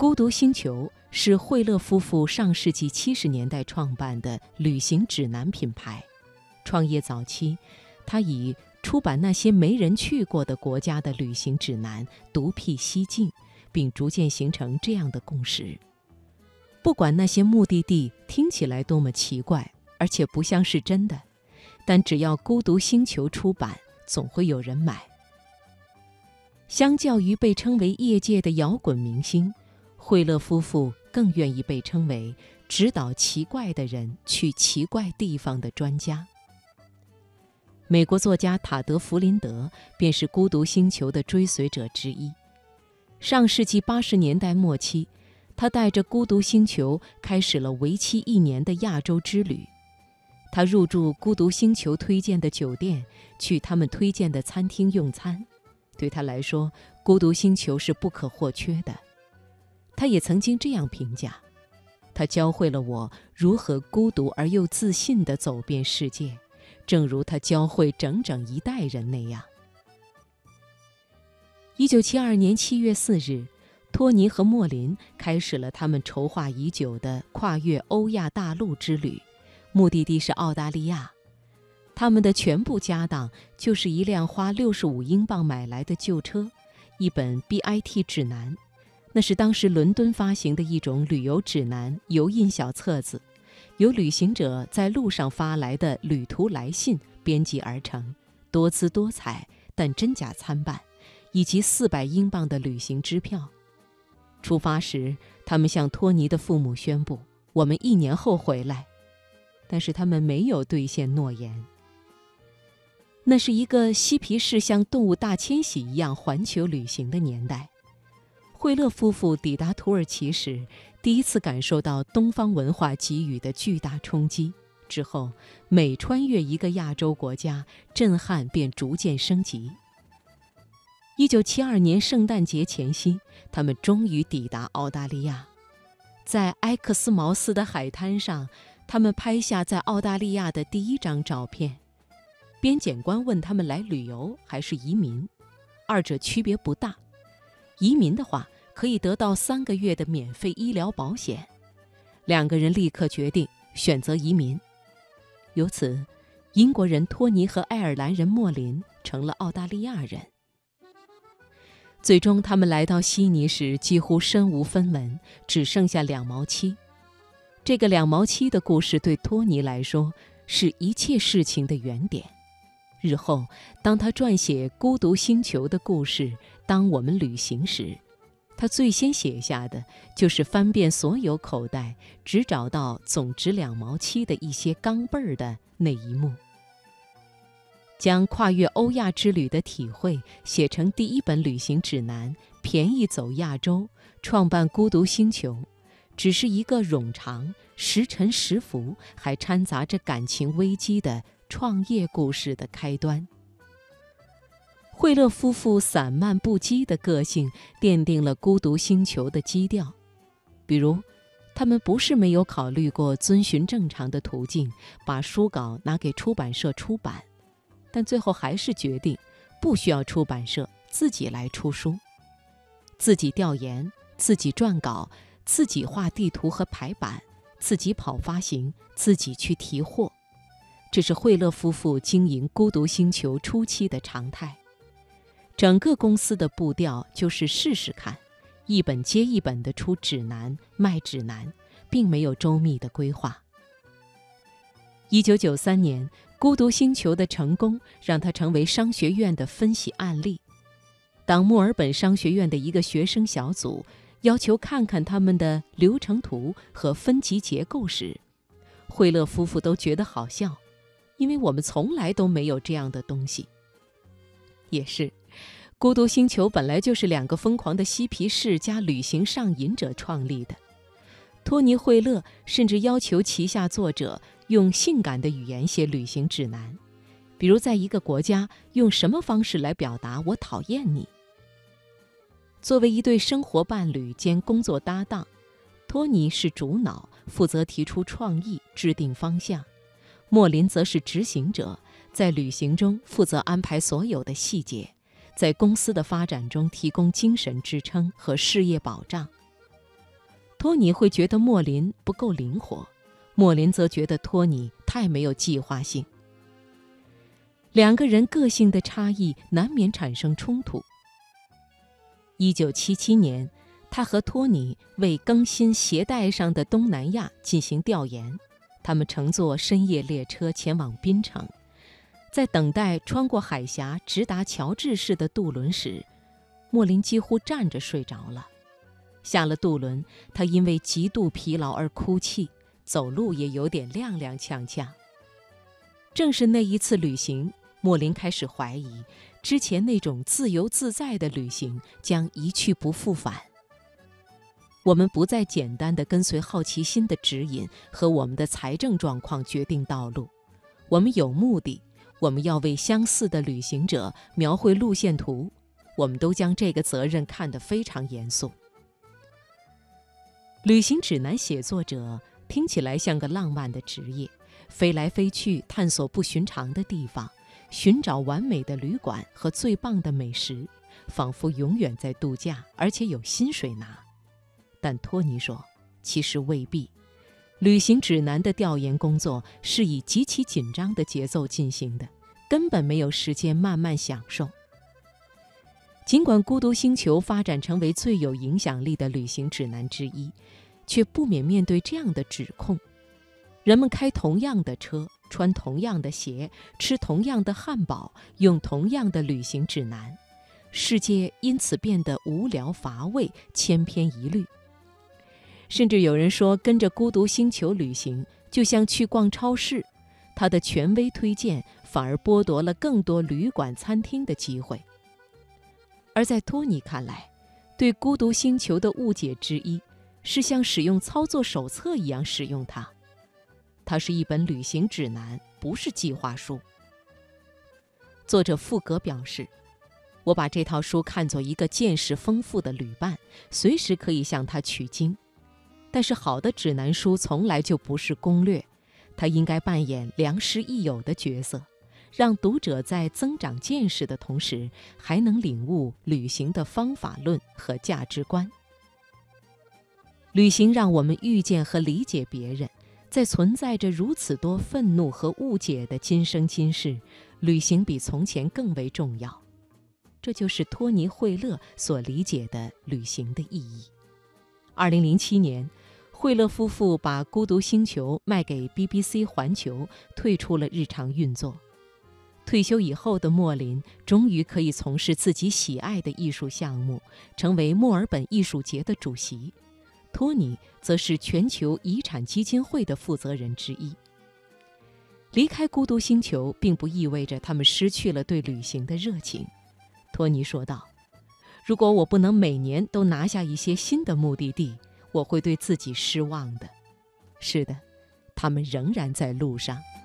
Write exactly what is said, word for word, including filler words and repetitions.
孤独星球是惠勒夫妇上世纪七十年代创办的旅行指南品牌。创业早期，他以出版那些没人去过的国家的旅行指南独辟蹊径，并逐渐形成这样的共识：不管那些目的地听起来多么奇怪，而且不像是真的，但只要孤独星球出版，总会有人买。相较于被称为业界的摇滚明星，惠勒夫妇更愿意被称为指导奇怪的人去奇怪地方的专家。美国作家塔德·弗林德便是孤独星球的追随者之一。上世纪八十年代末期，他带着孤独星球开始了为期一年的亚洲之旅。他入住孤独星球推荐的酒店，去他们推荐的餐厅用餐。对他来说，孤独星球是不可或缺的。他也曾经这样评价：他教会了我如何孤独而又自信地走遍世界，正如他教会整整一代人那样。一九七二年七月四日，托尼和莫林开始了他们筹划已久的跨越欧亚大陆之旅，目的地是澳大利亚。他们的全部家当就是一辆花六十五英镑买来的旧车，一本 B I T 指南，那是当时伦敦发行的一种旅游指南油印小册子，由旅行者在路上发来的旅途来信编辑而成，多姿多彩，但真假参半，以及四百英镑的旅行支票。出发时，他们向托尼的父母宣布，我们一年后回来，但是他们没有兑现诺言。那是一个嬉皮士像动物大迁徙一样环球旅行的年代。惠勒夫妇抵达土耳其时，第一次感受到东方文化给予的巨大冲击，之后每穿越一个亚洲国家，震撼便逐渐升级。一九七二年圣诞节前夕，他们终于抵达澳大利亚。在埃克斯茅斯的海滩上，他们拍下在澳大利亚的第一张照片。边检官问他们来旅游还是移民，二者区别不大。移民的话，可以得到三个月的免费医疗保险。两个人立刻决定选择移民。由此，英国人托尼和爱尔兰人莫林成了澳大利亚人。最终他们来到悉尼时几乎身无分文，只剩下两毛七。这个两毛七的故事对托尼来说是一切事情的原点。日后当他撰写《孤独星球》的故事当我们旅行时，他最先写下的就是翻遍所有口袋，只找到总值两毛七的一些钢镚儿的那一幕。将跨越欧亚之旅的体会写成第一本旅行指南，便宜走亚洲，创办孤独星球，只是一个冗长、时沉时浮，还掺杂着感情危机的创业故事的开端。惠勒夫妇散漫不羁的个性奠定了孤独星球的基调。比如，他们不是没有考虑过遵循正常的途径，把书稿拿给出版社出版，但最后还是决定不需要出版社，自己来出书。自己调研，自己撰稿，自己画地图和排版，自己跑发行，自己去提货。这是惠勒夫妇经营孤独星球初期的常态。整个公司的步调就是试试看，一本接一本地出指南，卖指南，并没有周密的规划。一九九三年，孤独星球的成功让它成为商学院的分析案例。当墨尔本商学院的一个学生小组要求看看他们的流程图和分级结构时，惠勒夫妇都觉得好笑，因为我们从来都没有这样的东西。也是，孤独星球本来就是两个疯狂的嬉皮士加旅行上瘾者创立的。托尼·惠勒甚至要求旗下作者用性感的语言写旅行指南，比如在一个国家用什么方式来表达我讨厌你。作为一对生活伴侣兼工作搭档，托尼是主脑，负责提出创意，制定方向；莫林则是执行者，在旅行中负责安排所有的细节，在公司的发展中提供精神支撑和事业保障。 托尼会觉得莫林不够灵活，莫林则觉得托尼太没有计划性。两个人个性的差异难免产生冲突。一九七七年，他和托尼为更新鞋带上的东南亚进行调研，他们乘坐深夜列车前往槟城。在等待穿过海峡直达乔治市的渡轮时，莫林几乎站着睡着了。下了渡轮，他因为极度疲劳而哭泣，走路也有点踉踉跄跄。正是那一次旅行，莫林开始怀疑，之前那种自由自在的旅行将一去不复返。我们不再简单地跟随好奇心的指引和我们的财政状况决定道路，我们有目的，我们要为相似的旅行者描绘路线图，我们都将这个责任看得非常严肃。旅行指南写作者听起来像个浪漫的职业，飞来飞去探索不寻常的地方，寻找完美的旅馆和最棒的美食，仿佛永远在度假，而且有薪水拿。但托尼说，其实未必。旅行指南的调研工作是以极其紧张的节奏进行的，根本没有时间慢慢享受。尽管《孤独星球》发展成为最有影响力的旅行指南之一，却不免面对这样的指控：人们开同样的车，穿同样的鞋，吃同样的汉堡，用同样的旅行指南，世界因此变得无聊乏味，千篇一律。甚至有人说，跟着孤独星球旅行就像去逛超市，它的权威推荐反而剥夺了更多旅馆餐厅的机会。而在托尼看来，对孤独星球的误解之一是像使用操作手册一样使用它。它是一本旅行指南，不是计划书。作者富格表示，我把这套书看作一个见识丰富的旅伴，随时可以向它取经。但是好的指南书从来就不是攻略，它应该扮演良师益友的角色，让读者在增长见识的同时，还能领悟旅行的方法论和价值观。旅行让我们遇见和理解别人，在存在着如此多愤怒和误解的今生今世，旅行比从前更为重要。这就是托尼·惠勒所理解的旅行的意义。二零零七年，惠勒夫妇把《孤独星球》卖给 B B C 环球，退出了日常运作。退休以后的莫林终于可以从事自己喜爱的艺术项目，成为墨尔本艺术节的主席。托尼则是全球遗产基金会的负责人之一。离开孤独星球并不意味着他们失去了对旅行的热情。托尼说道，如果我不能每年都拿下一些新的目的地，我会对自己失望的。是的，他们仍然在路上。